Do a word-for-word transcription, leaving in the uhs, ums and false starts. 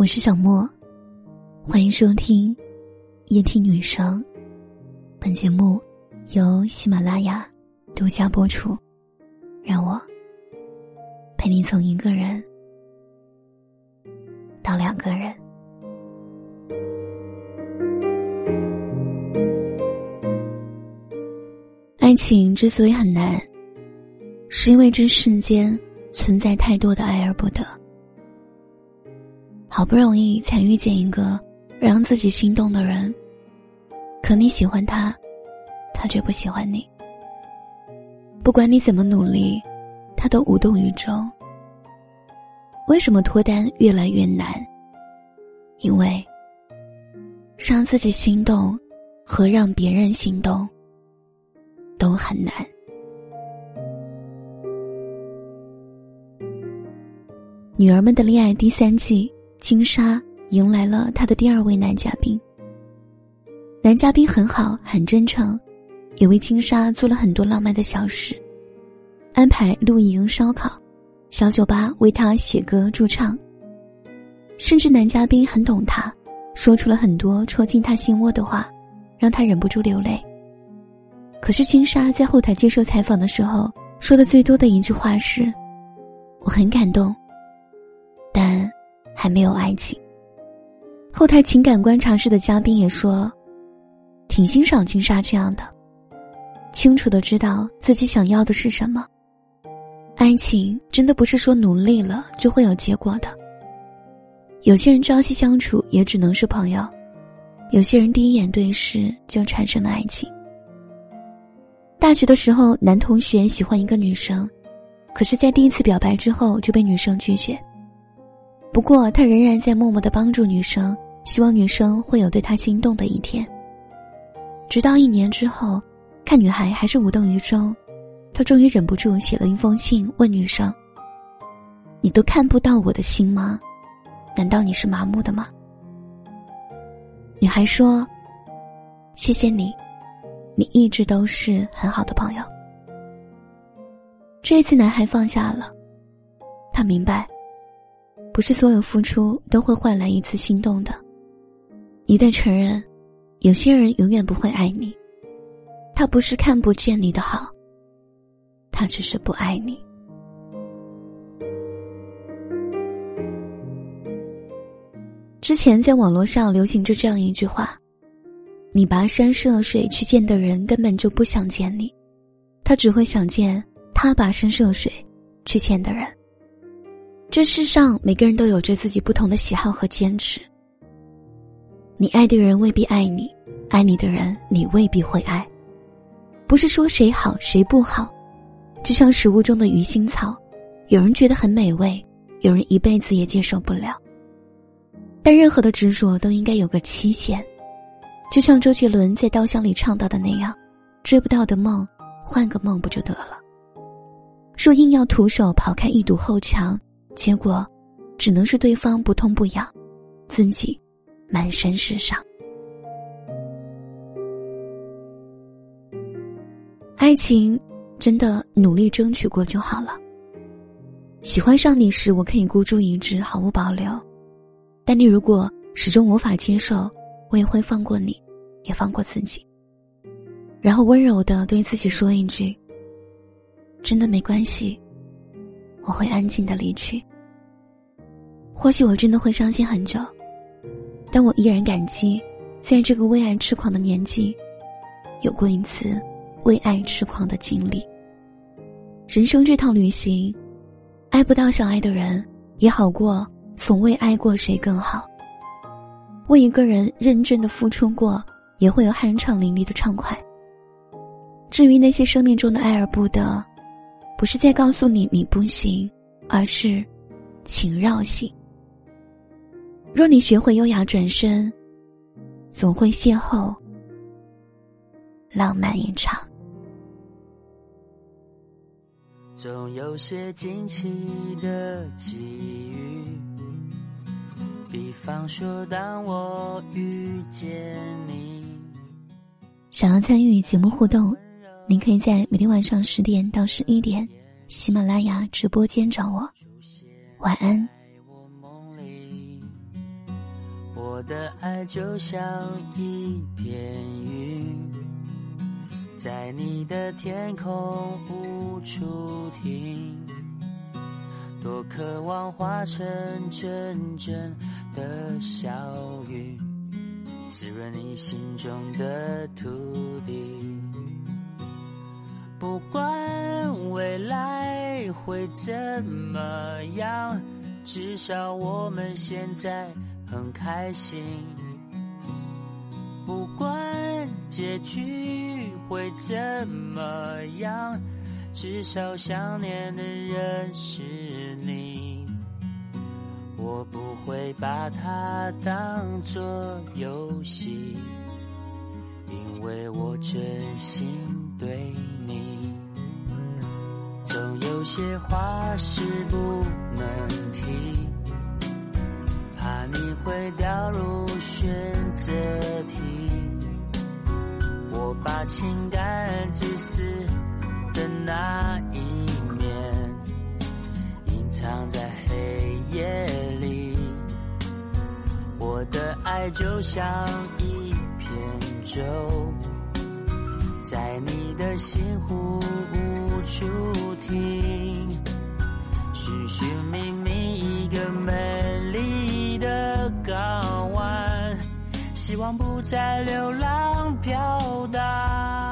是小莫，欢迎收听夜听女生。本节目由喜马拉雅独家播出，让我陪你从一个人到两个人。爱情之所以很难，是因为这世间存在太多的爱而不得。好不容易才遇见一个让自己心动的人，可你喜欢他，他却不喜欢你。不管你怎么努力，他都无动于衷。为什么脱单越来越难？因为让自己心动和让别人心动都很难。女儿们的恋爱第三季，金莎迎来了她的第二位男嘉宾。男嘉宾很好，很真诚，也为金莎做了很多浪漫的小事，安排露营、烧烤、小酒吧为她写歌驻唱。甚至男嘉宾很懂她，说出了很多戳进她心窝的话，让她忍不住流泪。可是金莎在后台接受采访的时候，说的最多的一句话是：我很感动，但还没有爱情。后台情感观察室的嘉宾也说，挺欣赏金莎这样的，清楚地知道自己想要的是什么。爱情真的不是说努力了就会有结果的。有些人朝夕相处也只能是朋友，有些人第一眼对视就产生了爱情。大学的时候，男同学喜欢一个女生，可是在第一次表白之后就被女生拒绝。不过他仍然在默默地帮助女生，希望女生会有对他心动的一天。直到一年之后，看女孩还是无动于衷，他终于忍不住写了一封信问女生：你都看不到我的心吗？难道你是麻木的吗？女孩说：谢谢你，你一直都是很好的朋友。这一次男孩放下了，他明白不是所有付出都会换来一次心动的。一旦承认，有些人永远不会爱你，他不是看不见你的好，他只是不爱你。之前在网络上流行着这样一句话：你跋山涉水去见的人根本就不想见你，他只会想见他跋山涉水去见的人。这世上每个人都有着自己不同的喜好和坚持，你爱的人未必爱你，爱你的人你未必会爱。不是说谁好谁不好，就像食物中的鱼腥草，有人觉得很美味，有人一辈子也接受不了。但任何的执着都应该有个期限，就像周杰伦在《稻香》里唱到的那样，追不到的梦，换个梦不就得了。若硬要徒手刨开一堵后墙，结果只能是对方不痛不痒，自己满身是伤。爱情真的努力争取过就好了。喜欢上你时，我可以孤注一掷，毫无保留，但你如果始终无法接受，我也会放过你，也放过自己，然后温柔地对自己说一句：真的没关系，我会安静地离去。或许我真的会伤心很久，但我依然感激在这个为爱痴狂的年纪，有过一次为爱痴狂的经历。人生这趟旅行，爱不到想爱的人，也好过从未爱过谁更好。为一个人认真的付出过，也会有酣畅淋漓的畅快。至于那些生命中的爱而不得，不是在告诉你你不行，而是请绕行。若你学会优雅转身，总会邂逅浪漫一场。 总有些惊奇的际遇，比方说当我遇见你。 想要参与节目互动，您可以在每天晚上十点到十一点喜马拉雅直播间找我。晚安。 我的爱就像一片云，在你的天空无处停，多渴望化成阵阵的小雨，滋润你心中的土地。不管未来会怎么样，至少我们现在很开心。不管结局会怎么样，至少想念的人是你。我不会把它当作游戏，因为我真心对你。总有些话是不能提，怕你会掉入选择题。我把情感自私的那一面隐藏在黑夜里，我的爱就像一片舟，在你的心湖无处停，寻寻觅觅一个美丽的港湾，希望不再流浪飘荡。